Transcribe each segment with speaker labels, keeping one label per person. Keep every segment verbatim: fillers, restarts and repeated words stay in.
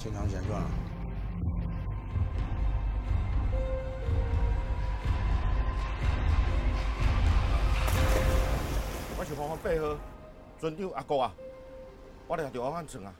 Speaker 1: 经常钱赚了。我是黄黄八号船长阿国啊，我来钓安船啊。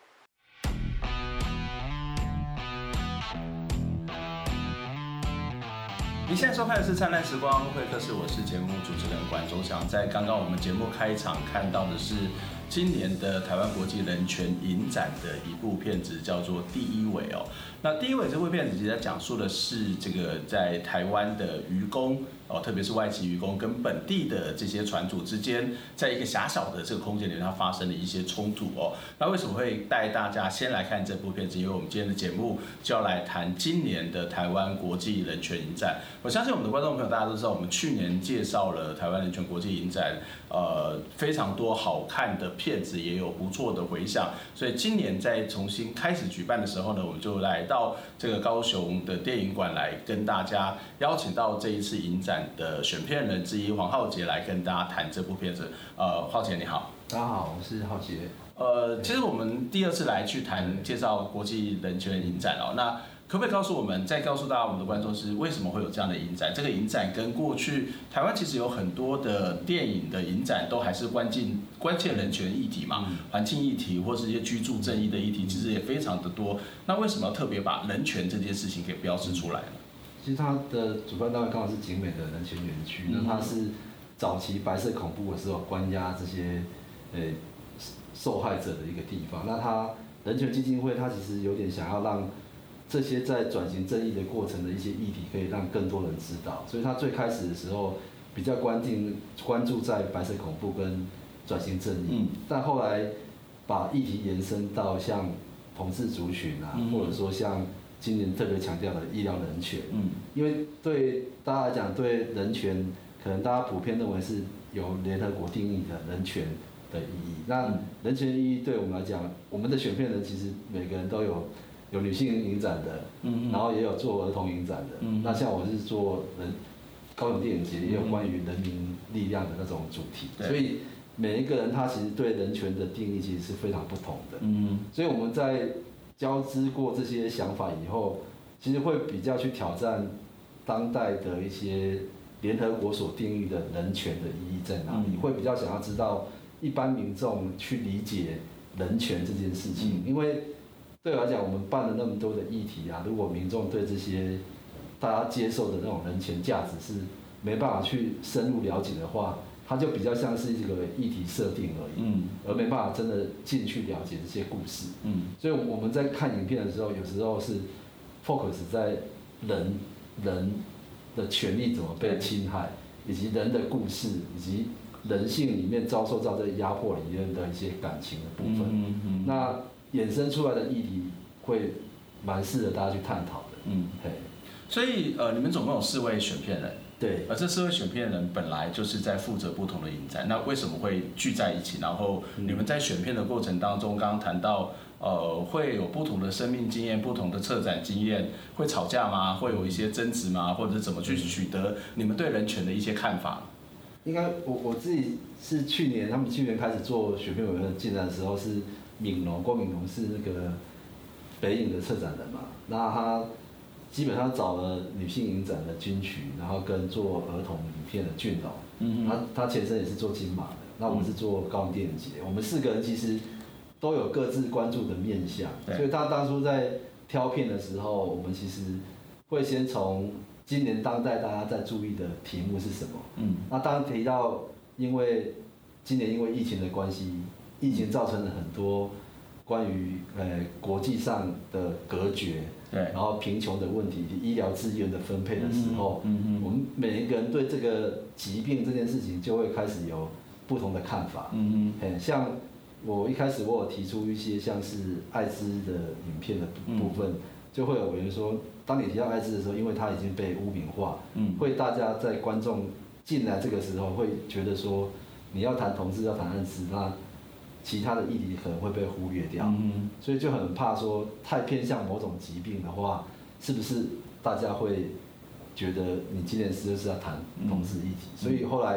Speaker 2: 您现在收看的是《灿烂时光会客室》，我是节目主持人管中祥。在刚刚我们节目开场看到的是今年的台湾国际人权影展的一部片子，叫做《第一尾》哦。那《第一尾》这部片子其实在讲述的是这个在台湾的渔工哦，特别是外籍渔工跟本地的这些船主之间，在一个狭小的这个空间里面，它发生了一些冲突哦。那为什么会带大家先来看这部片子？因为我们今天的节目就要来谈今年的台湾国际人权影展。我相信我们的观众朋友大家都知道，我们去年介绍了台湾人权国际影展，呃，非常多好看的片子，也有不错的回响。所以今年在重新开始举办的时候呢，我们就来到这个高雄的电影馆来跟大家邀请到这一次影展的选片人之一黄浩杰来跟大家谈这部片子。呃，浩杰你好。
Speaker 3: 大家好，我是浩杰。
Speaker 2: 呃，其实我们第二次来去谈介绍国际人权影展哦，那可不可以告诉我们，再告诉大家我们的观众是为什么会有这样的影展？这个影展跟过去台湾其实有很多的电影的影展都还是关键关键人权议题嘛，环境议题或是一些居住正义的议题，其实也非常的多。那为什么要特别把人权这件事情给标示出来呢？
Speaker 3: 其实它的主办单位刚好是景美的人权园区，那、嗯、它是早期白色恐怖的时候关押这些呃受害者的一个地方。那它人权基金会它其实有点想要让这些在转型正义的过程的一些议题可以让更多人知道，所以他最开始的时候比较关注关注在白色恐怖跟转型正义，嗯、但后来把议题延伸到像同志族群啊，嗯、或者说像今年特别强调的医疗人权，嗯、因为对大家来讲，对人权可能大家普遍认为是由联合国定义的人权的意义。那人权意义对我们来讲，我们的选片人其实每个人都有。有女性影展的，嗯、然后也有做儿童影展的。嗯、那像我是做人高雄电影节，也有关于人民力量的那种主题。所以每一个人他其实对人权的定义其实是非常不同的。嗯、所以我们在交织过这些想法以后，其实会比较去挑战当代的一些联合国所定义的人权的意义在哪里，嗯、会比较想要知道一般民众去理解人权这件事情，嗯、因为。对我来讲，我们办了那么多的议题啊，如果民众对这些大家接受的那种人权价值是没办法去深入了解的话，它就比较像是一个议题设定而已，嗯、而没办法真的进去了解这些故事。嗯、所以我们在看影片的时候，有时候是 focus 在人人的权利怎么被侵害，以及人的故事，以及人性里面遭受到这压迫里面的一些感情的部分。嗯嗯、那衍生出来的议题会蛮适合大家去探讨的。嗯，嘿，
Speaker 2: 所以呃，你们总共有四位选片人，
Speaker 3: 对，
Speaker 2: 而这四位选片人本来就是在负责不同的影展，那为什么会聚在一起？然后你们在选片的过程当中，刚刚谈到呃，会有不同的生命经验、不同的策展经验，会吵架吗？会有一些争执吗？或者是怎么去取得你们对人权的一些看法？
Speaker 3: 应该我我自己是去年他们去年开始做选片委员进来的时候是。敏龙郭敏龙是那个北影的策展人嘛，那他基本上找了女性影展的金曲，然后跟做儿童影片的俊龙，嗯、他他前身也是做金马的，那我是做高雄电影节，我们四个人其实都有各自关注的面向，所以他当初在挑片的时候，我们其实会先从今年当代大家在注意的题目是什么，嗯，那当然提到因为今年因为疫情的关系。疫情造成了很多关于呃国际上的隔绝，对，然后贫穷的问题、医疗资源的分配的时候，嗯嗯，我们每一个人对这个疾病这件事情就会开始有不同的看法，嗯嗯，像我一开始我有提出一些像是艾滋的影片的部分，嗯、就会有人说，当你提到艾滋的时候，因为它已经被污名化，嗯，会大家在观众进来这个时候会觉得说，你要谈同志要谈艾滋，那其他的议题可能会被忽略掉，嗯、所以就很怕说太偏向某种疾病的话，是不是大家会觉得你今年是就是要谈同志议题？嗯、所以后来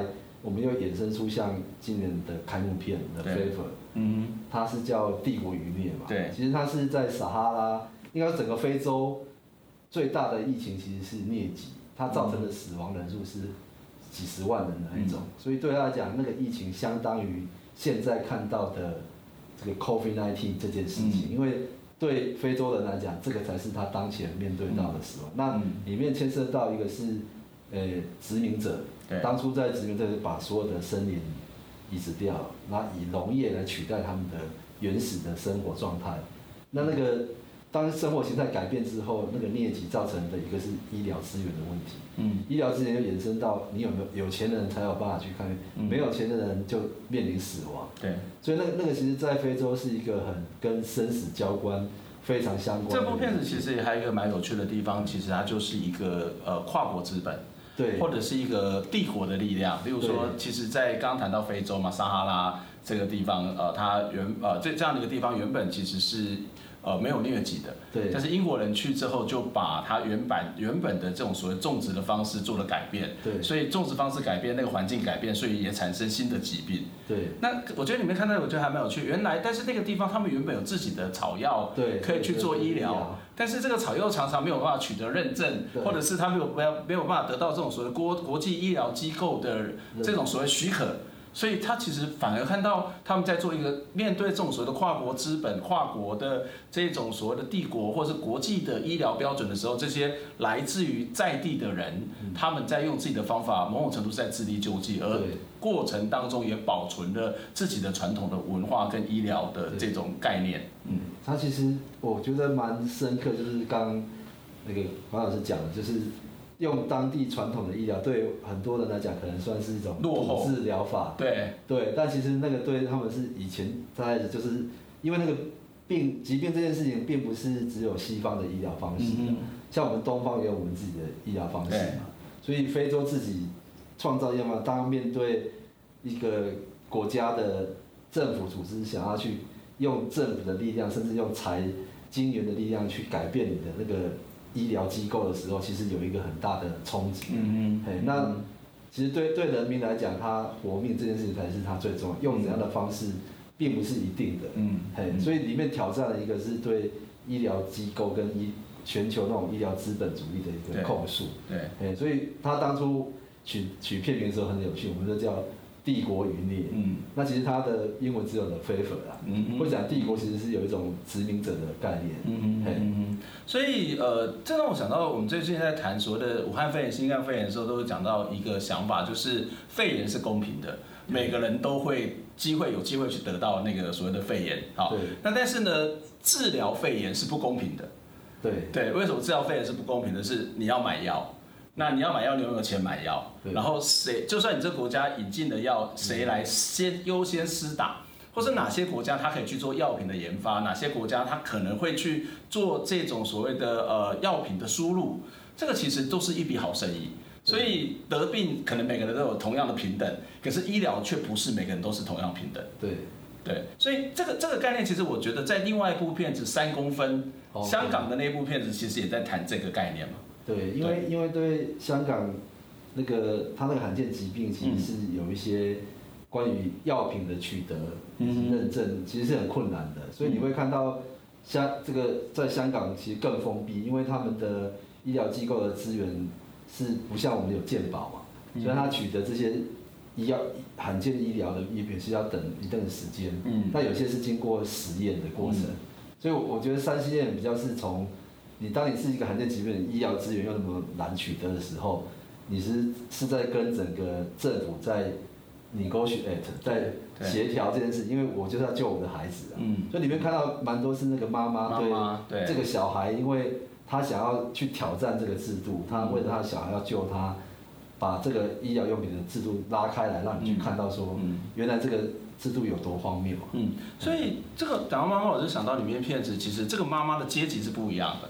Speaker 3: 我们又衍生出像今年的开幕片的 Fever， 嗯，它是叫帝国余孽嘛，
Speaker 2: 对，
Speaker 3: 其实它是在撒哈拉，应该整个非洲最大的疫情其实是疟疾，它造成的死亡人数是几十万人的那一种，嗯、所以对他来讲，那个疫情相当于现在看到的这个 COVID 十九 这件事情，嗯、因为对非洲人来讲，这个才是他当前面对到的死亡。嗯、那里面牵涉到一个是，呃，殖民者，当初在殖民者把所有的森林移植掉，然后以农业来取代他们的原始的生活状态。那那个当生活形态改变之后，那个疟疾造成的一个是医疗资源的问题。嗯，医疗资源又延伸到你有没有有钱的人才有办法去看病，嗯、没有钱的人就面临死亡。
Speaker 2: 对，
Speaker 3: 所以那个那个其实，在非洲是一个很跟生死交关、非常相关的。
Speaker 2: 这部片子其实也还有一个蛮有趣的地方，其实它就是一个呃跨国资本。
Speaker 3: 对，
Speaker 2: 或者是一个帝国的力量，例如说，其实，在刚刚谈到非洲嘛，撒哈拉这个地方，呃，它原呃这这样的一个地方原本其实是呃没有疟疾的，
Speaker 3: 对，
Speaker 2: 但是英国人去之后，就把它原版原本的这种所谓种植的方式做了改变，
Speaker 3: 对，
Speaker 2: 所以种植方式改变，那个环境改变，所以也产生新的疾病，
Speaker 3: 对。
Speaker 2: 那我觉得你们看到，我觉得还蛮有趣，原来但是那个地方他们原本有自己的草药，
Speaker 3: 对，
Speaker 2: 可以去做医疗。但是这个草药常常没有办法取得认证，或者是他没有没有没有办法得到这种所谓国国际医疗机构的这种所谓许可，所以他其实反而看到他们在做一个面对这种所谓的跨国资本、跨国的这种所谓的帝国或者是国际的医疗标准的时候，这些来自于在地的人，他们在用自己的方法，某种程度是在自力救济，而过程当中也保存了自己的传统的文化跟医疗的这种概念。
Speaker 3: 嗯，他其实我觉得蛮深刻，就是刚刚那个黄老师讲的，就是用当地传统的医疗，对很多人来讲可能算是一种土治疗法，
Speaker 2: 对
Speaker 3: 对，但其实那个对他们是以前在就是因为那个病疾病这件事情，并不是只有西方的医疗方式，嗯、像我们东方也有我们自己的医疗方式嘛，所以非洲自己创造药嘛，当面对一个国家的政府组织想要去用政府的力量，甚至用财金元的力量去改变你的那个医疗机构的时候，其实有一个很大的冲击。嗯嗯。那其实对对人民来讲，他活命这件事情才是他最重要。用怎样的方式，并不是一定的。嗯。嘿，所以里面挑战的一个是对医疗机构跟医全球那种医疗资本主义的一个控诉。
Speaker 2: 对。
Speaker 3: 嘿，所以他当初取取片名的时候很有趣，我们就叫帝国余孽，嗯，那其实它的英文只有 the favor 啦，嗯，或者讲帝国其实是有一种殖民者的概念，嗯嗯
Speaker 2: 嗯，所以呃，这让我想到我们最近在谈所谓的武汉肺炎、新冠肺炎的时候，都会讲到一个想法，就是肺炎是公平的，每个人都会机会有机会去得到那个所谓的肺炎，好，那但是呢，治疗肺炎是不公平的，
Speaker 3: 对
Speaker 2: 对，为什么治疗肺炎是不公平的？是你要买药。那你要买药，你有没有钱买药？然后谁，就算你这个国家引进的药，谁来先优先施打？或是哪些国家它可以去做药品的研发？哪些国家它可能会去做这种所谓的呃药品的输入？这个其实都是一笔好生意。所以得病可能每个人都有同样的平等，可是医疗却不是每个人都是同样平等。
Speaker 3: 对
Speaker 2: 对，所以这个这个概念，其实我觉得在另外一部片子《三公分》，香港的那部片子其实也在谈这个概念嘛。
Speaker 3: 对，因为因为对香港那个他那个罕见疾病，其实是有一些关于药品的取得、嗯、认证，其实是很困难的。所以你会看到香这个在香港其实更封闭，因为他们的医疗机构的资源是不像我们有健保嘛，所以他取得这些医药罕见医疗的医品是要等一段时间。嗯，那有些是经过实验的过程，嗯、所以我觉得三 C 验比较是从你当你是一个罕见疾病，医疗资源又那么难取得的时候，你是是在跟整个政府在 negotiate 在协调这件事，因为我就是要救我的孩子啊。嗯。所以里面看到蛮多是那个妈妈对这个小孩，因为他想要去挑战这个制度，他为了他的小孩要救他，把这个医疗用品的制度拉开来，让你去看到说，嗯、原来这个制度有多荒谬。
Speaker 2: 嗯。所以这个讲到妈妈，我就想到里面片子，其实这个妈妈的阶级是不一样的。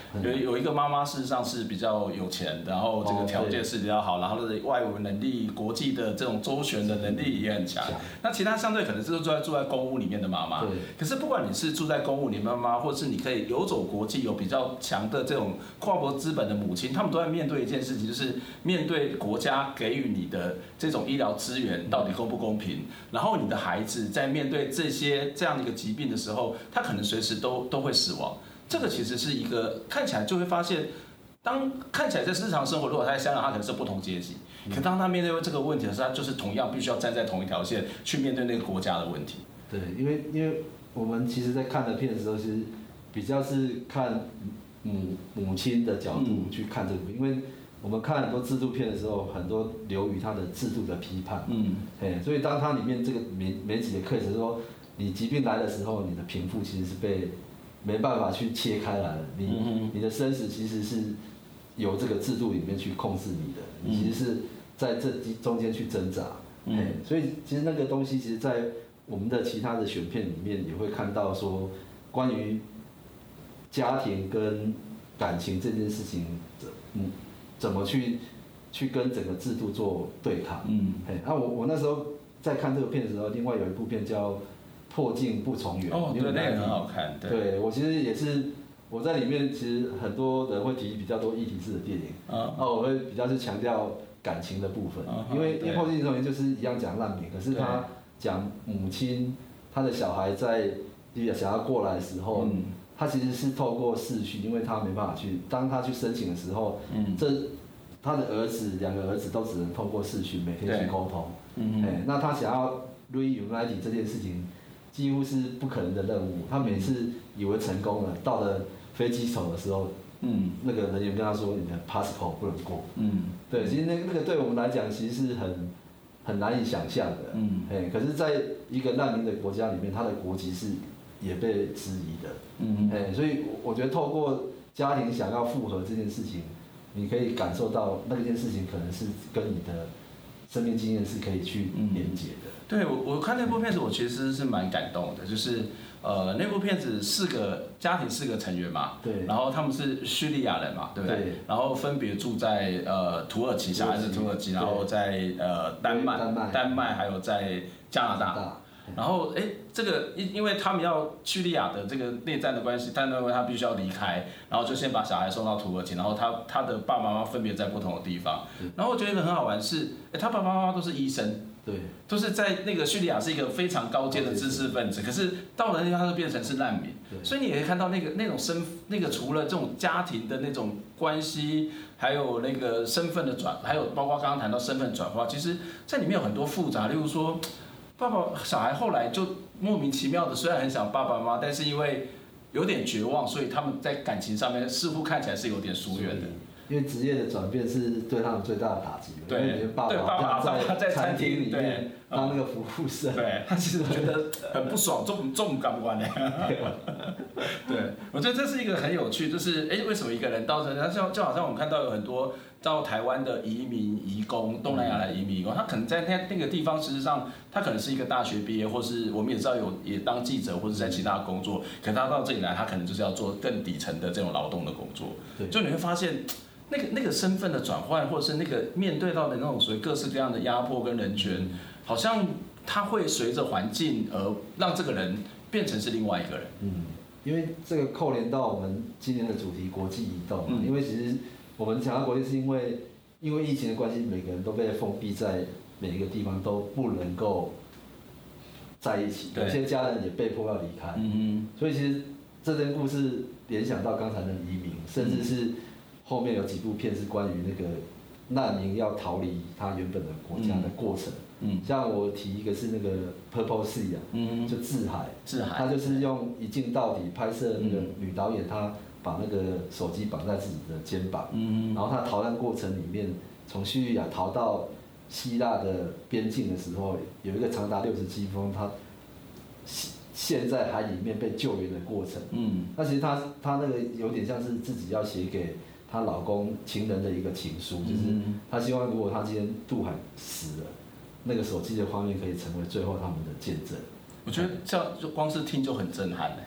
Speaker 2: 有有一个妈妈事实上是比较有钱，然后这个条件是比较好，然后的外语能力、国际的这种周旋的能力也很强。那其他相对可能是住在住在公屋里面的妈妈，可是不管你是住在公屋里面的妈妈，或是你可以游走国际、有比较强的这种跨国资本的母亲，他们都在面对一件事情，就是面对国家给予你的这种医疗资源到底公不公平，然后你的孩子在面对这些这样的一个疾病的时候，他可能随时都都会死亡。这个其实是一个看起来就会发现，当看起来在日常生活，如果他在香港，他可能是不同阶级，可当他面对这个问题的时候，他就是同样必须要站在同一条线去面对那个国家的问题。
Speaker 3: 对，因为因为我们其实在看的片的时候，其实比较是看母母亲的角度去看这个片，因为我们看很多制度片的时候，很多流于他的制度的批判，嗯，哎，所以当它里面这个每每几个课程说，你疾病来的时候，你的贫富其实是被没办法去切开来的，你你的生死其实是由这个制度里面去控制你的，你其实是在这中间去挣扎，嗯，所以其实那个东西，其实在我们的其他的选片里面也会看到说，关于家庭跟感情这件事情，嗯，怎么去去跟整个制度做对抗，嗯，哎，那我我那时候在看这个片的时候，另外有一部片叫破镜不重圆，
Speaker 2: 哦，对，那个很好看。对，
Speaker 3: 对我其实也是我在里面，其实很多人会提比较多议题式的电影，啊，哦，我会比较是强调感情的部分，因为因为破镜不重圆就是一样讲难民，可是他讲母亲他的小孩在想要过来的时候，嗯，他其实是透过视讯，因为他没办法去，当他去申请的时候，嗯，这他的儿子两个儿子都只能透过视讯每天去沟通，嗯，哎，那他想要 reunite 这件事情。几乎是不可能的任务。他每次以为成功了，到了飞机口的时候，嗯，那个人员跟他说：“你的 passport 不能过。”嗯，对，其实那那个对我们来讲，其实是很很难以想象的。嗯，哎，可是在一个难民的国家里面，他的国籍是也被质疑的。嗯，哎，所以我觉得透过家庭想要复合这件事情，你可以感受到那件事情可能是跟你的生命经验是可以去连接的。
Speaker 2: 对，我我看那部片子，我其实是蛮感动的，就是呃那部片子四个家庭四个成员嘛，
Speaker 3: 对，
Speaker 2: 然后他们是叙利亚人嘛，对不对？对，然后分别住在呃土耳其，小孩子土耳其，然后在呃丹麦，丹麦，丹麦还有在加拿大。然后哎，这个因因为他们要叙利亚的这个内战的关系，但认为他必须要离开，然后就先把小孩送到土耳其，然后他他的爸爸妈妈分别在不同的地方。然后我觉得一个很好玩是，哎，他爸爸妈妈都是医生。
Speaker 3: 对，
Speaker 2: 都是在那个叙利亚是一个非常高阶的知识分子，可是到了那地方他就变成是难民，所以你也可以看到那个那种身那个除了这种家庭的那种关系，还有那个身份的转，还有包括刚刚谈到身份转化，其实在里面有很多复杂，例如说爸爸小孩后来就莫名其妙的，虽然很想爸爸妈妈，但是因为有点绝望，所以他们在感情上面似乎看起来是有点疏远的。
Speaker 3: 因为职业的转变是对他们最大的打击。
Speaker 2: 对，
Speaker 3: 因为爸爸在
Speaker 2: 在
Speaker 3: 餐厅里面当那个服务生，
Speaker 2: 对，他其实觉得很不爽，重重感官的。对，我觉得这是一个很有趣，就是哎，为什么一个人到这，就就好像我们看到有很多到台湾的移民、移工，东南亚来移民移工，他可能在那那个地方，事实上他可能是一个大学毕业，或是我们也知道有也当记者，或者在其他工作，可他到这里来，他可能就是要做更底层的这种劳动的工作。对，就你会发现。那个那个身份的转换，或者是那个面对到的那种所谓各式各样的压迫跟人权，好像他会随着环境而让这个人变成是另外一个人。
Speaker 3: 嗯，因为这个扣连到我们今年的主题国际移动嘛，嗯、因为其实我们讲到国际是因为因为疫情的关系，每个人都被封闭在每一个地方，都不能够在一起，有些家人也被迫要离开。嗯所以其实这件故事联想到刚才的移民，甚至是。后面有几部片是关于那个难民要逃离他原本的国家的过程。嗯，像我提一个是那个 Purple Sea 啊，嗯，就志海，
Speaker 2: 志海，
Speaker 3: 他就是用一镜到底拍摄那个女导演，她把那个手机绑在自己的肩膀，嗯，然后她逃难过程里面，从叙利亚逃到希腊的边境的时候，有一个长达六十七分钟，她陷在海里面被救援的过程。嗯，那其实她她那个有点像是自己要写给。她老公情人的一个情书，就是她希望如果她今天渡海死了，那个手机的画面可以成为最后他们的见证。
Speaker 2: 我觉得这样就光是听就很震撼嘞。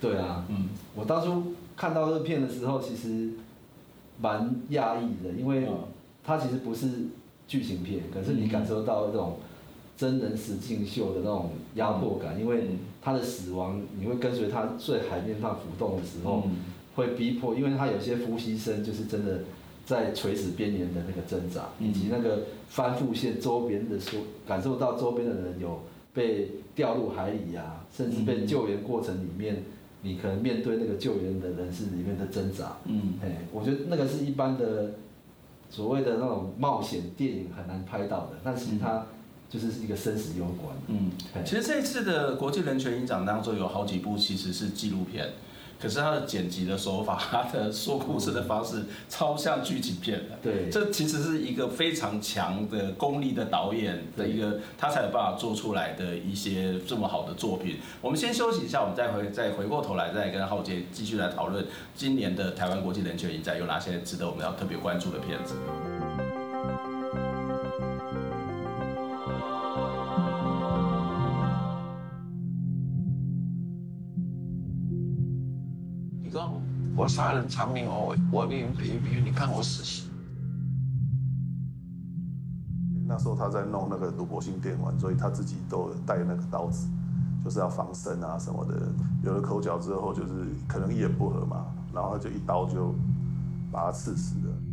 Speaker 3: 对啊，嗯，我当初看到这片的时候，其实蛮讶异的，因为它其实不是剧情片，可是你感受到这种真人实境秀的那种压迫感，因为他的死亡，你会跟随他在海面上浮动的时候，会逼迫，因为他有些呼吸声就是真的在垂死边缘的那个挣扎，以及那个翻覆线周边的说，感受到周边的人有被掉入海里啊，甚至被救援过程里面，你可能面对那个救援的人士里面的挣扎，嗯，哎，我觉得那个是一般的所谓的那种冒险电影很难拍到的，但其实它就是一个生死攸关。嗯，
Speaker 2: 其实这一次的国际人权影展当中有好几部其实是纪录片。可是他的剪辑的手法，他的说故事的方式超像剧情片的。
Speaker 3: 对，
Speaker 2: 这其实是一个非常强的功力的导演的一个，他才有办法做出来的一些这么好的作品。我们先休息一下，我们再回再回过头来，再跟浩杰继续来讨论今年的台湾国际人权影展有哪些值得我们要特别关注的片子。
Speaker 4: 我杀人偿命哦，我命赔一笔，你判我死刑。
Speaker 5: 那时候他在弄那个赌博性电玩，所以他自己都有带那个刀子，就是要防身啊什么的。有了口角之后，就是可能一言不合嘛，然后他就一刀就把他刺死了。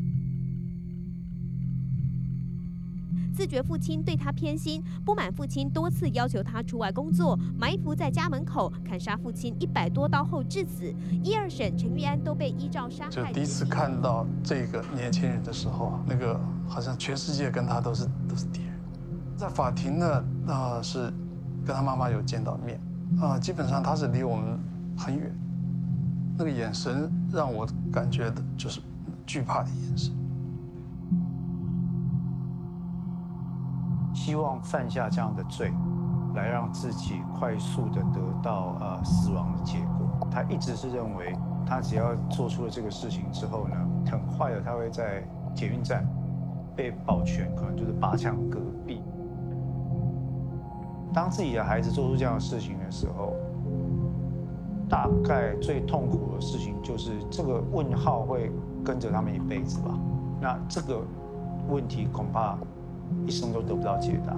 Speaker 6: 自觉父亲对他偏心，不满父亲多次要求他出外工作，埋伏在家门口砍杀父亲一百多刀后致死。一二审陈玉安都被依照杀害。
Speaker 7: 就第一次看到这个年轻人的时候，那个好像全世界跟他都是都是敌人。在法庭呢，呃是跟他妈妈有见到面，啊、呃、基本上他是离我们很远，那个眼神让我感觉的就是惧怕的眼神。
Speaker 8: 希望犯下这样的罪，来让自己快速的得到呃死亡的结果。他一直是认为，他只要做出了这个事情之后呢，很快的他会在捷运站被保全，可能就是拔枪戈毙。当自己的孩子做出这样的事情的时候，大概最痛苦的事情就是这个问号会跟着他们一辈子吧。那这个问题恐怕一生都得不到解答。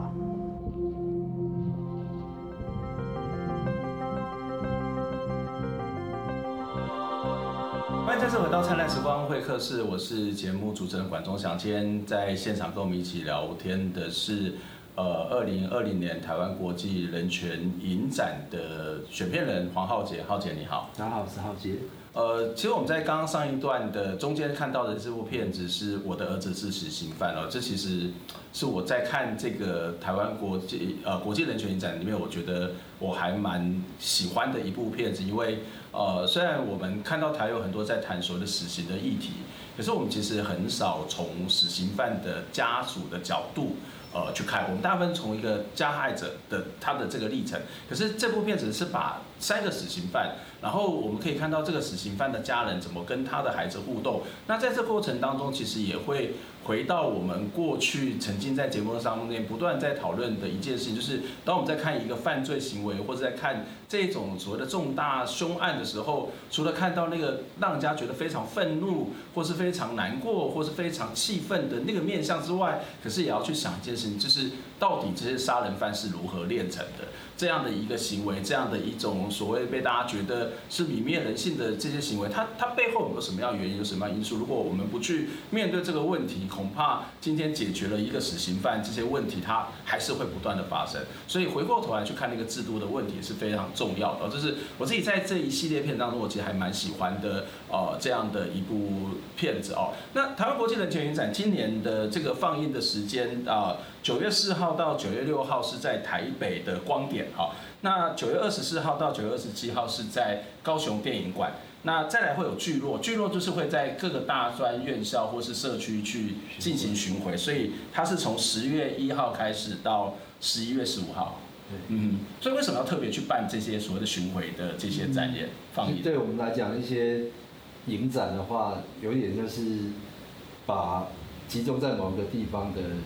Speaker 2: 欢迎再次回到灿烂时光会客室，我是节目主持人管中祥。今天在现场跟我们一起聊天的是，呃，二零二零年台湾国际人权影展的选片人黄浩杰。浩杰你好。
Speaker 3: 大家好，我是浩杰。
Speaker 2: 呃，其实我们在刚刚上一段的中间看到的这部片子是我的儿子是死刑犯哦，这其实是我在看这个台湾国际呃国际人权影展里面，我觉得我还蛮喜欢的一部片子，因为呃虽然我们看到台有很多在谈所谓的死刑的议题，可是我们其实很少从死刑犯的家属的角度。呃，去看，我们大部分从一个加害者的他的这个历程，可是这部片子是把三个死刑犯，然后我们可以看到这个死刑犯的家人怎么跟他的孩子互动。那在这过程当中，其实也会回到我们过去曾经在节目上面不断在讨论的一件事情，就是当我们在看一个犯罪行为，或者在看这种所谓的重大凶案的时候，除了看到那个让人家觉得非常愤怒，或是非常难过，或是非常气愤的那个面向之外，可是也要去想一件事情，就是到底这些杀人犯是如何炼成的？这样的一个行为，这样的一种所谓被大家觉得是泯灭人性的这些行为，它它背后有没有什么样的原因，有什么样的因素？如果我们不去面对这个问题，恐怕今天解决了一个死刑犯，这些问题它还是会不断的发生。所以回过头来去看那个制度的问题是非常重要的。就是我自己在这一系列片当中，我其实还蛮喜欢的，呃，这样的一部片子哦。那台湾国际人权影展今年的这个放映的时间啊，九月四号到九月六号是在台北的光点。好，那九月二十四号到九月二十七号是在高雄电影馆。那再来会有聚落，聚落就是会在各个大专院校或是社区去进行巡回，所以它是从十月一号开始到十一月十五号。嗯，所以为什么要特别去办这些所谓的巡回的这些展演放映？
Speaker 3: 对我们来讲，一些影展的话，有一点就是把集中在某个地方的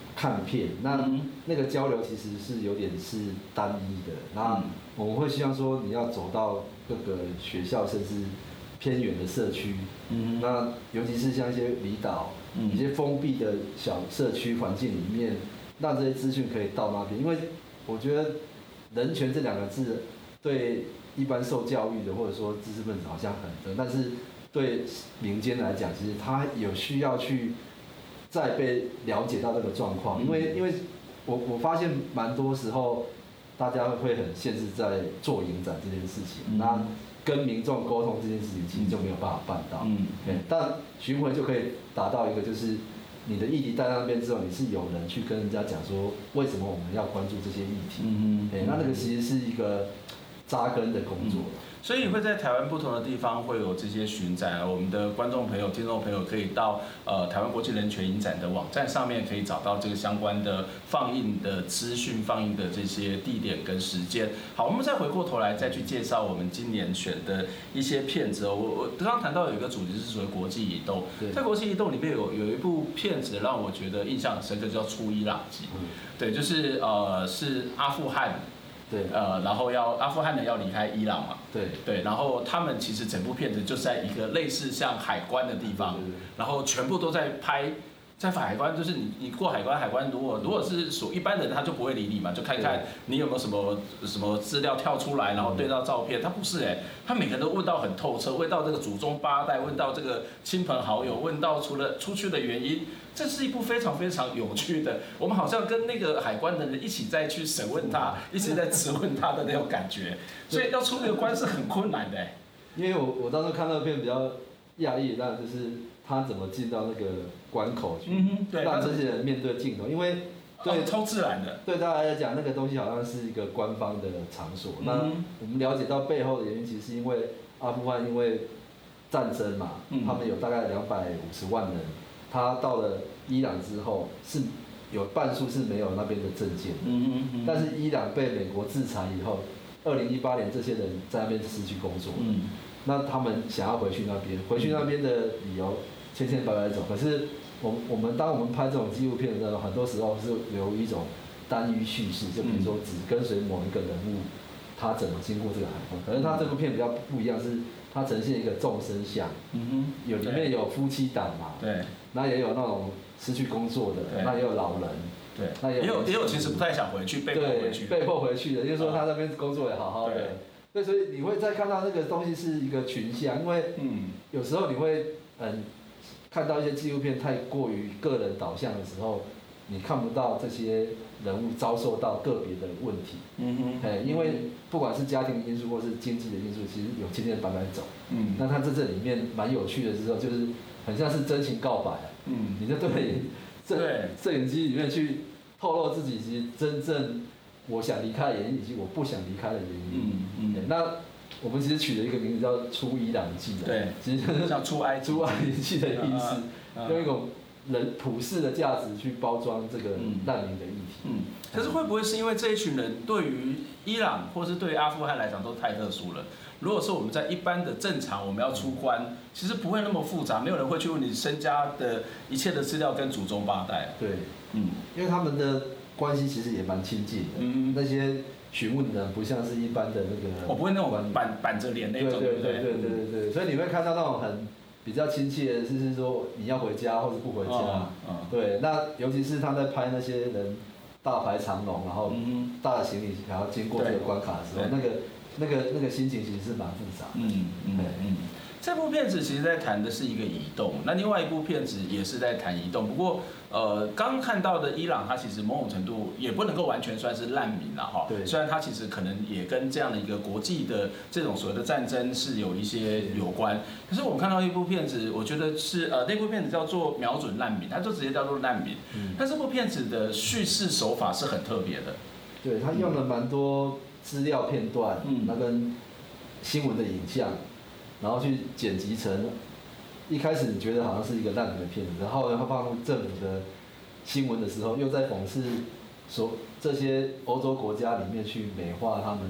Speaker 3: 看片，那那个交流其实是有点是单一的。那我们会希望说，你要走到各个学校，甚至偏远的社区，嗯，那尤其是像一些离岛、一些封闭的小社区环境里面，让这些资讯可以到那边。因为我觉得人权这两个字，对一般受教育的或者说知识分子好像很深，但是对民间来讲，其实他有需要去。再被了解到这个状况，因为因为我我发现蛮多时候大家会很限制在做影展这件事情，嗯、那跟民众沟通这件事情其实就没有办法办到。嗯，但巡回就可以达到一个，就是你的议题带到那边之后，你是有人去跟人家讲说为什么我们要关注这些议题。嗯嗯，那那个其实是一个扎根的工作。嗯，
Speaker 2: 所以会在台湾不同的地方会有这些巡展，我们的观众朋友、听众朋友可以到呃台湾国际人权影展的网站上面，可以找到这个相关的放映的资讯、放映的这些地点跟时间。好，我们再回过头来再去介绍我们今年选的一些片子哦。我我刚刚谈到有一个主题是属于国际移动，在国际移动里面有有一部片子让我觉得印象很深刻，叫《出伊朗记》。嗯，对，就是呃是阿富汗。
Speaker 3: 对，
Speaker 2: 呃，然后要阿富汗人要离开伊朗嘛，
Speaker 3: 对，
Speaker 2: 对，然后他们其实整部片子就在一个类似像海关的地方，对对对，然后全部都在拍，在海关就是你你过海关，海关如果如果是属一般人他就不会理你嘛，就看看你有没有什么什么资料跳出来，然后对到照片，他不是哎，他每个人都问到很透彻，问到这个祖宗八代，问到这个亲朋好友，问到除了出去的原因。这是一部非常非常有趣的，我们好像跟那个海关的人一起在去审问他，一直在质问他的那种感觉，所以要出这个关是很困难的。
Speaker 3: 因为我我当时看那个片比较讶异，当然就是他怎么进到那个关口去，嗯、让这些人面对镜头，因为对、
Speaker 2: 哦、超自然的，
Speaker 3: 对大家来讲，那个东西好像是一个官方的场所。嗯、那我们了解到背后的原因，其实是因为阿富汗因为战争嘛，嗯、他们有大概两百五十万人。他到了伊朗之后，是有半数是没有那边的证件，嗯嗯，但是伊朗被美国制裁以后，二零一八年这些人在那边失去工作，嗯，那他们想要回去那边，回去那边的理由千千百百种，可是我我们当我们拍这种纪录片的时候，很多时候是留一种单一叙事，就比如说只跟随某一个人物，他怎么经过这个海关，可是他这部片比较不一样，是它呈现一个众生相，嗯哼，有里面有夫妻档嘛，
Speaker 2: 对。
Speaker 3: 那也有那种失去工作的，那也有老人，
Speaker 2: 对，那也有也有其实不太想回去，被迫回去，
Speaker 3: 被迫回去的，就是说他那边工作也好好的，对，所以你会再看到那个东西是一个群像，因为嗯，有时候你会嗯看到一些纪录片太过于个人导向的时候，你看不到这些人物遭受到个别的问题，嗯哼，哎，因为不管是家庭因素或是经济的因素，其实有千千百百种，嗯，那他在这里面蛮有趣的时候就是。很像是真情告白，嗯，你在对摄摄影机里面去透露自己其实真正我想离开的原因以及我不想离开的原因，嗯嗯，那我们其实取了一个名字叫《出伊朗记》的，
Speaker 2: 对，
Speaker 3: 其实就是
Speaker 2: 像出埃
Speaker 3: 出埃及记的意思，用一种人普世的价值去包装这个难民的议题，
Speaker 2: 嗯，可是会不会是因为这一群人对于伊朗或是对于阿富汗来讲都太特殊了？如果是我们在一般的正常我们要出关，其实不会那么复杂，没有人会去问你身家的一切的资料跟祖宗八代。
Speaker 3: 对，嗯，因为他们的关系其实也蛮亲近的，嗯，那些询问的不像是一般的那个，
Speaker 2: 我不会那种板板着脸那种，
Speaker 3: 对对对对对对对，所以你会看到那种很比较亲切的，就是说你要回家或者不回家，嗯嗯、对，那尤其是他在拍那些人大排长龙，然后大的行李还要经过这个关卡的时候，那个。那个那个心情其实是蛮复杂的。嗯嗯嗯，
Speaker 2: 这部片子其实在谈的是一个移动，那另外一部片子也是在谈移动。不过呃，刚看到的伊朗，它其实某种程度也不能够完全算是难民了哈。对。虽然它其实可能也跟这样的一个国际的这种所谓的战争是有一些有关，可是我们看到一部片子，我觉得是呃那部片子叫做《瞄准难民》，它就直接叫做难民。嗯。但这部片子的叙事手法是很特别的。
Speaker 3: 对，它用了蛮多。资料片段，嗯，那跟新闻的影像，然后去剪辑成，一开始你觉得好像是一个难民的片子，然后然后放入政府的新闻的时候，又在讽刺说这些欧洲国家里面去美化他们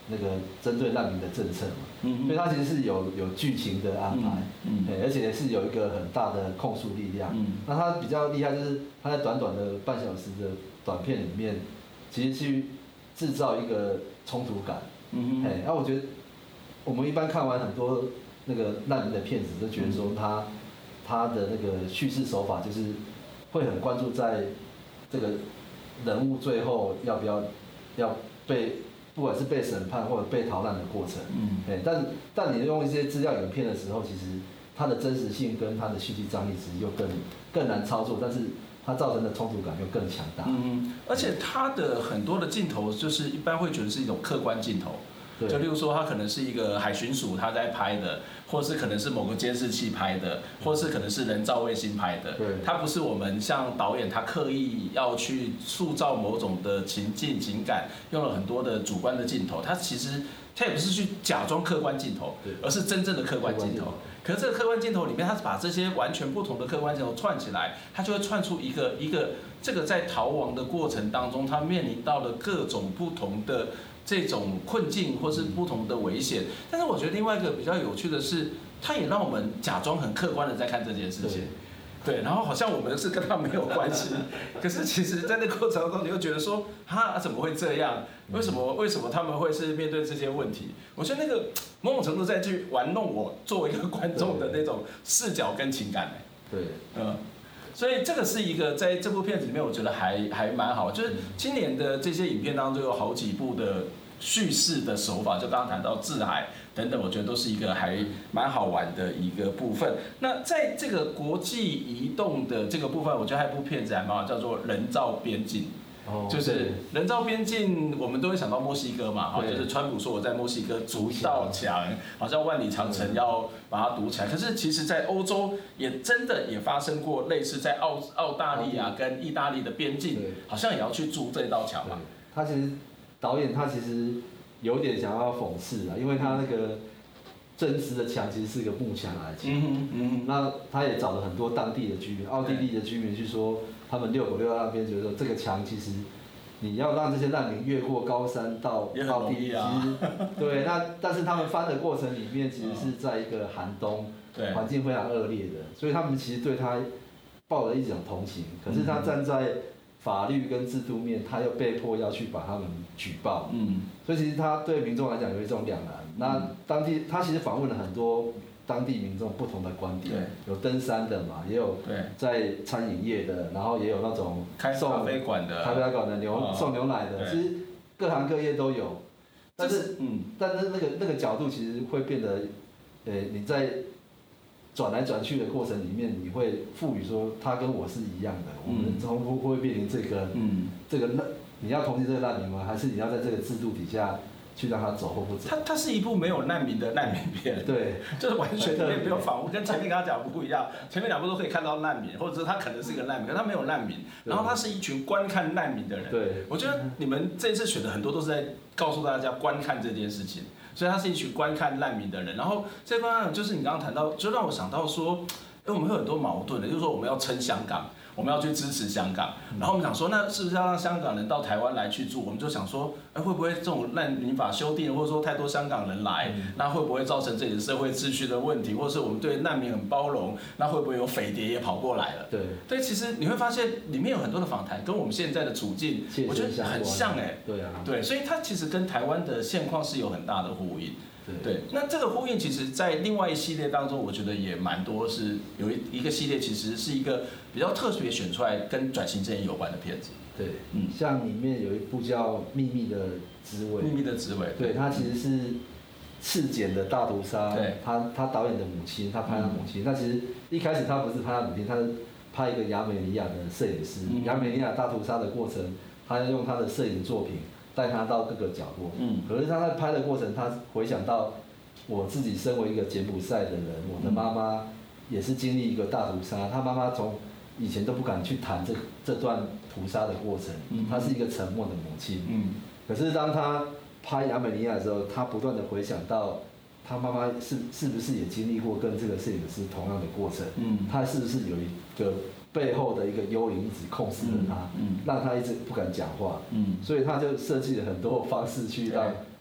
Speaker 3: 那个针对难民的政策嘛，嗯、所以它其实是有有剧情的安排，嗯嗯、而且是有一个很大的控诉力量。嗯、那它比较厉害就是它在短短的半小时的短片里面，其实去制造一个冲突感。嗯哎，那、啊、我觉得我们一般看完很多那个难民的片子，都觉得说他他的那个叙事手法就是会很关注在这个人物最后要不要要被。不管是被审判或者被逃难的过程，嗯，哎，但但你用一些资料影片的时候，其实它的真实性跟它的戏剧张力其实又更更难操作，但是它造成的冲突感又更强大。
Speaker 2: 嗯，而且它的很多的镜头就是一般会觉得是一种客观镜头。就例如说，它可能是一个海巡署他在拍的，或是可能是某个监视器拍的，或是可能是人造卫星拍的。对，它不是我们像导演他刻意要去塑造某种的情境情感，用了很多的主观的镜头。它其实它也不是去假装客观镜头，而是真正的客观镜头。可是这个客观镜头里面，它是把这些完全不同的客观镜头串起来，它就会串出一个一个这个在逃亡的过程当中，它面临到了各种不同的。这种困境或是不同的危险，但是我觉得另外一个比较有趣的是，它也让我们假装很客观的在看这件事情，对，然后好像我们是跟他没有关系，可是其实在那个过程当中，你又觉得说，哈，怎么会这样？为什么为什么他们会是面对这些问题？我觉得那个某种程度在去玩弄我作为一个观众的那种视角跟情感，
Speaker 3: 对，
Speaker 2: 嗯。所以这个是一个在这部片子里面，我觉得还还蛮好。就是今年的这些影片当中有好几部的叙事的手法，就刚刚谈到制海等等，我觉得都是一个还蛮好玩的一个部分。那在这个国际移动的这个部分，我觉得还有一部片子还蛮好，叫做《人造边境》。就是人造边境，我们都会想到墨西哥嘛，哈，就是川普说我在墨西哥筑一道墙，好像万里长城要把它堵起来。可是其实，在欧洲也真的也发生过类似在澳澳大利亚跟意大利的边境，好像也要去筑这道墙嘛。
Speaker 3: 他其实导演他其实有点想要讽刺啊，因为他那个真实的墙其实是个木墙来讲，嗯嗯，那他也找了很多当地的居民，奥地利的居民去说。他们遛狗遛到那边，觉得说这个墙其实你要让这些难民越过高山到奥地利，啊、其实对，那但是他们翻的过程里面，其实是在一个寒冬，对，环境非常恶劣的，所以他们其实对他抱了一种同情。可是他站在法律跟制度面，他又被迫要去把他们举报，嗯，所以其实他对民众来讲有一种两难。那当地他其实访问了很多。当地民众不同的观点，有登山的嘛，也有在餐饮业的，然后也有那种
Speaker 2: 开咖啡馆的、
Speaker 3: 咖啡馆的牛送牛奶的，其实各行各业都有。但是，嗯，但是那个那个角度其实会变得，呃，你在转来转去的过程里面，你会赋予说他跟我是一样的，我们从会不会面临这个，嗯，这个难，你要同情这个难民吗？还是你要在这个制度底下？去让他走或不走。
Speaker 2: 它它是一部没有难民的难民片，
Speaker 3: 对，
Speaker 2: 就是完全里面没有访问，跟前面跟他讲不一样。前面两部都可以看到难民，或者是他可能是一个难民，可是他没有难民。然后他是一群观看难民的人。
Speaker 3: 对，
Speaker 2: 我觉得你们这次选的很多都是在告诉大家观看这件事情，所以他是一群观看难民的人。然后这观看就是你刚刚谈到，就让我想到说，哎，我们会有很多矛盾的，就是说我们要撑香港。我们要去支持香港，然后我们想说，那是不是要让香港人到台湾来去住？我们就想说，哎，会不会这种难民法修订，或者说太多香港人来，那会不会造成这里的社会秩序的问题？或者是我们对难民很包容，那会不会有匪谍也跑过来了？
Speaker 3: 对，
Speaker 2: 对，其实你会发现里面有很多的访谈跟我们现在的处境，我觉得很像哎、欸。
Speaker 3: 对啊，
Speaker 2: 对，所以它其实跟台湾的现况是有很大的呼应。对，那这个呼应其实，在另外一系列当中，我觉得也蛮多是有一一个系列，其实是一个比较特别选出来跟转型正义有关的片子。
Speaker 3: 对，嗯，像里面有一部叫《秘密的滋味》，
Speaker 2: 秘密的滋味，
Speaker 3: 对，它其实是赤柬的大屠杀，
Speaker 2: 对，
Speaker 3: 他他导演的母亲，他拍他母亲，那、嗯、其实一开始他不是拍他母亲，他是拍一个亚美尼亚的摄影师，嗯、亚美尼亚大屠杀的过程，他要用他的摄影作品。带他到各个角落，嗯，可是他在拍的过程，他回想到我自己身为一个柬埔寨的人，我的妈妈也是经历一个大屠杀，他妈妈从以前都不敢去谈这这段屠杀的过程，嗯，她是一个沉默的母亲，嗯，可是当他拍亚美尼亚的时候，他不断的回想到他妈妈是是不是也经历过跟这个摄影师同样的过程，嗯，他是不是有一个背后的一个幽灵一直控制着他，嗯嗯、让他一直不敢讲话，嗯、所以他就设计了很多方式去让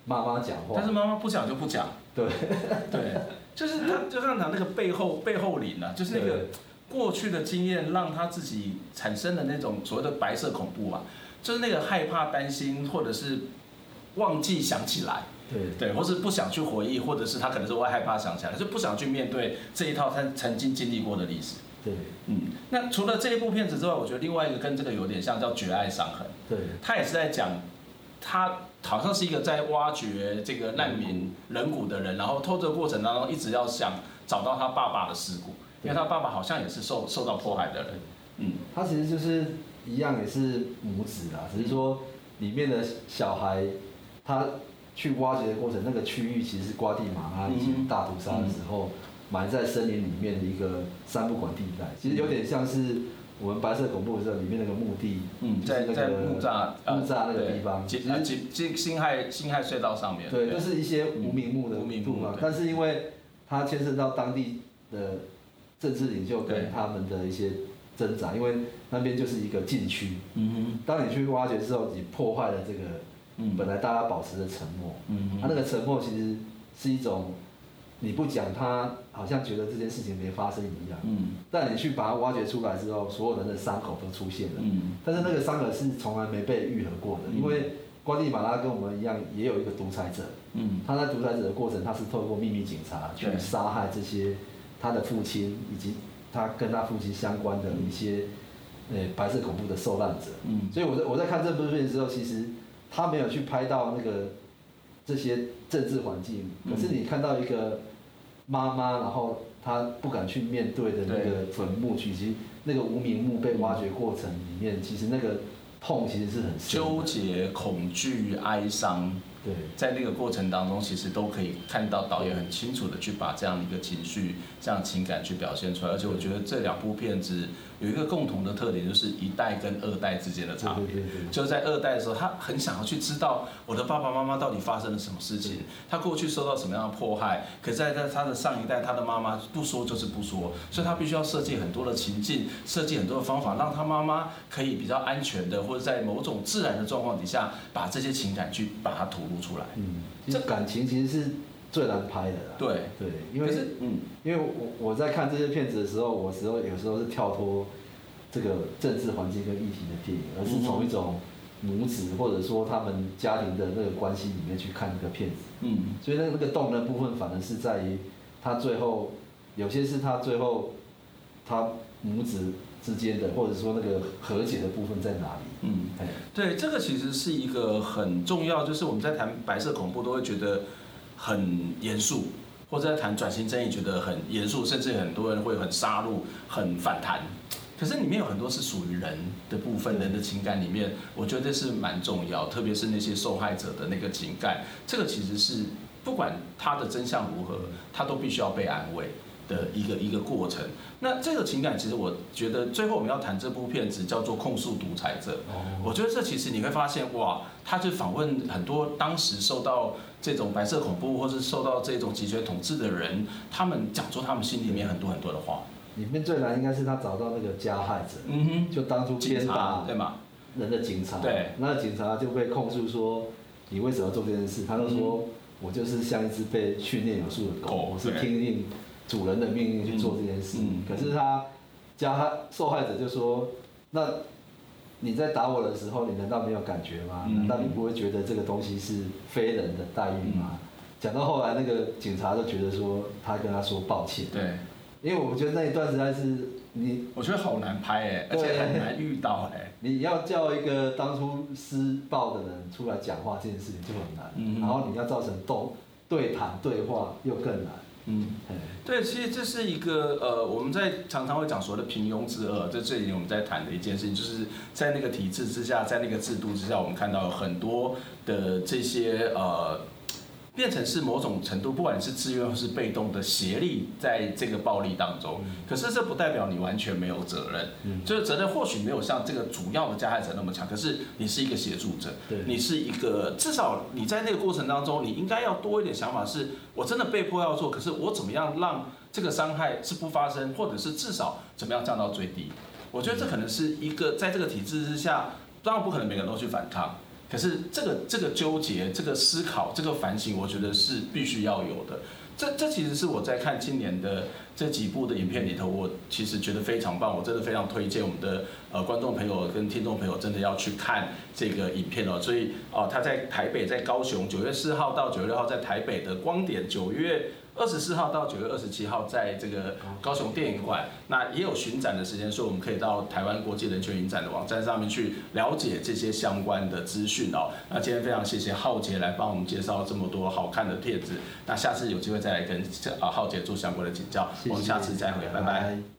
Speaker 3: 妈妈讲话，
Speaker 2: 但是妈妈不讲就不讲。
Speaker 3: 对
Speaker 2: 对，就是他就像他那个背后背后灵啊，就是那个过去的经验让他自己产生的那种所谓的白色恐怖啊，就是那个害怕、担心，或者是忘记想起来。
Speaker 3: 对
Speaker 2: 对，或是不想去回忆，或者是他可能是会害怕想起来，就不想去面对这一套他曾经经历过的历史。
Speaker 3: 对，
Speaker 2: 嗯，那除了这一部片子之外，我觉得另外一个跟这个有点像，叫《绝爱伤痕》。
Speaker 3: 对，
Speaker 2: 他也是在讲，他好像是一个在挖掘这个难民人骨的人，然后透这个过程当中一直要想找到他爸爸的尸骨，因为他爸爸好像也是受受到迫害的人。嗯，
Speaker 3: 他其实就是一样也是母子啦，只是说里面的小孩他去挖掘的过程，那个区域其实是瓜地马拉以前大屠杀的时候埋在森林里面的一个三不管地带，其实有点像是我们白色恐怖的时候里面那个墓地，
Speaker 2: 嗯，
Speaker 3: 在
Speaker 2: 在木栅
Speaker 3: 木栅那个地方，
Speaker 2: 其实辛辛亥辛亥隧道上面，
Speaker 3: 对，就是一些无名墓的地方，但是因为它牵涉到当地的政治领袖跟他们的一些挣扎，因为那边就是一个禁区，嗯哼，当你去挖掘之后，你破坏了这个。嗯，本来大家保持着沉默，嗯，他那个沉默其实是一种，你不讲，他好像觉得这件事情没发生一样，嗯，但你去把它挖掘出来之后，所有人的伤口都出现了，嗯，但是那个伤口是从来没被愈合过的，嗯、因为瓜地马拉跟我们一样，也有一个独裁者，嗯，他在独裁者的过程，他是透过秘密警察去杀害这些他的父亲以及他跟他父亲相关的一些，呃，白色恐怖的受难者，嗯，所以我在我在看这部片的时候，其实。他没有去拍到那个这些政治环境，可是你看到一个妈妈，然后她不敢去面对的那个坟墓区，其实那个无名墓被挖掘过程里面，其实那个痛其实是很
Speaker 2: 纠结、恐惧、哀伤。
Speaker 3: 对，
Speaker 2: 在那个过程当中，其实都可以看到导演很清楚的去把这样的一个情绪、这样情感去表现出来。而且我觉得这两部片子有一个共同的特点，就是一代跟二代之间的差别。就是在二代的时候，他很想要去知道我的爸爸妈妈到底发生了什么事情，他过去受到什么样的迫害。可是在他的上一代，他的妈妈不说就是不说，所以他必须要设计很多的情境，设计很多的方法，让他妈妈可以比较安全的，或者在某种自然的状况底下，把这些情感去把它吐露出来。
Speaker 3: 嗯，这感情其实是最难拍的啦。
Speaker 2: 对
Speaker 3: 对，因为嗯，因为我我在看这些片子的时候，我时候有时候是跳脱这个政治环境跟议题的电影，而是从一种母子或者说他们家庭的那个关系里面去看这个片子。嗯，所以那那个动人部分反而是在于他最后有些是他最后他母子之间的，或者说那个和解的部分在哪里？嗯，
Speaker 2: 对，这个其实是一个很重要，就是我们在谈白色恐怖都会觉得很严肃，或者在谈转型正义觉得很严肃，甚至很多人会很杀戮、很反弹。可是里面有很多是属于人的部分，人的情感里面，我觉得这是蛮重要，特别是那些受害者的那个情感，这个其实是不管他的真相如何，他都必须要被安慰的一个一个过程。那这个情感，其实我觉得最后我们要谈这部片子叫做《控诉独裁者》。我觉得这其实你会发现，哇，他就访问很多当时受到这种白色恐怖或是受到这种集权统治的人，他们讲出他们心里面很多很多的话。
Speaker 3: 里面最难应该是他找到那个加害者，嗯哼，就当初鞭打
Speaker 2: 对吗？
Speaker 3: 人的警察，
Speaker 2: 对，
Speaker 3: 那警察就被控诉说，你为什么要做这件事？他就说，嗯、我就是像一只被训练有素的狗，哦、我是听令主人的命令去做这件事。嗯、可是他加害受害者就说，那你在打我的时候，你难道没有感觉吗？嗯、难道你不会觉得这个东西是非人的待遇吗？讲、嗯、到后来，那个警察就觉得说，他跟他说抱歉。
Speaker 2: 对。
Speaker 3: 因为我觉得那一段实在是你，
Speaker 2: 我觉得好难拍哎，而且很难遇到哎。
Speaker 3: 你要叫一个当初施暴的人出来讲话，这件事情就很难。嗯、然后你要造成斗对谈对话又更难。嗯，
Speaker 2: 对，其实这是一个呃，我们在常常会讲所谓的平庸之恶，这这里我们在谈的一件事情，就是在那个体制之下，在那个制度之下，我们看到有很多的这些呃。变成是某种程度，不管你是自愿或是被动的协力在这个暴力当中，可是这不代表你完全没有责任，嗯、就是责任或许没有像这个主要的加害者那么强，可是你是一个协助者，你是一个至少你在那个过程当中，你应该要多一点想法是，我真的被迫要做，可是我怎么样让这个伤害是不发生，或者是至少怎么样降到最低？我觉得这可能是一个在这个体制之下，当然不可能每个人都去反抗。 可是这个这个纠结、这个思考、这个反省，我觉得是必须要有的。这这其实是我在看今年的这几部的影片里头，我其实觉得非常棒，我真的非常推荐我们的呃观众朋友跟听众朋友真的要去看这个影片哦。所以哦、呃，他在台北、在高雄，九月四号到九月六号在台北的光点，九月二十四号到九月二十七号在这个高雄电影馆，那也有巡展的时间，所以我们可以到台湾国际人权影展的网站上面去了解这些相关的资讯哦。那今天非常谢谢浩杰来帮我们介绍这么多好看的片子，那下次有机会再来跟啊浩杰做相关的请教，我们下次再会，拜拜。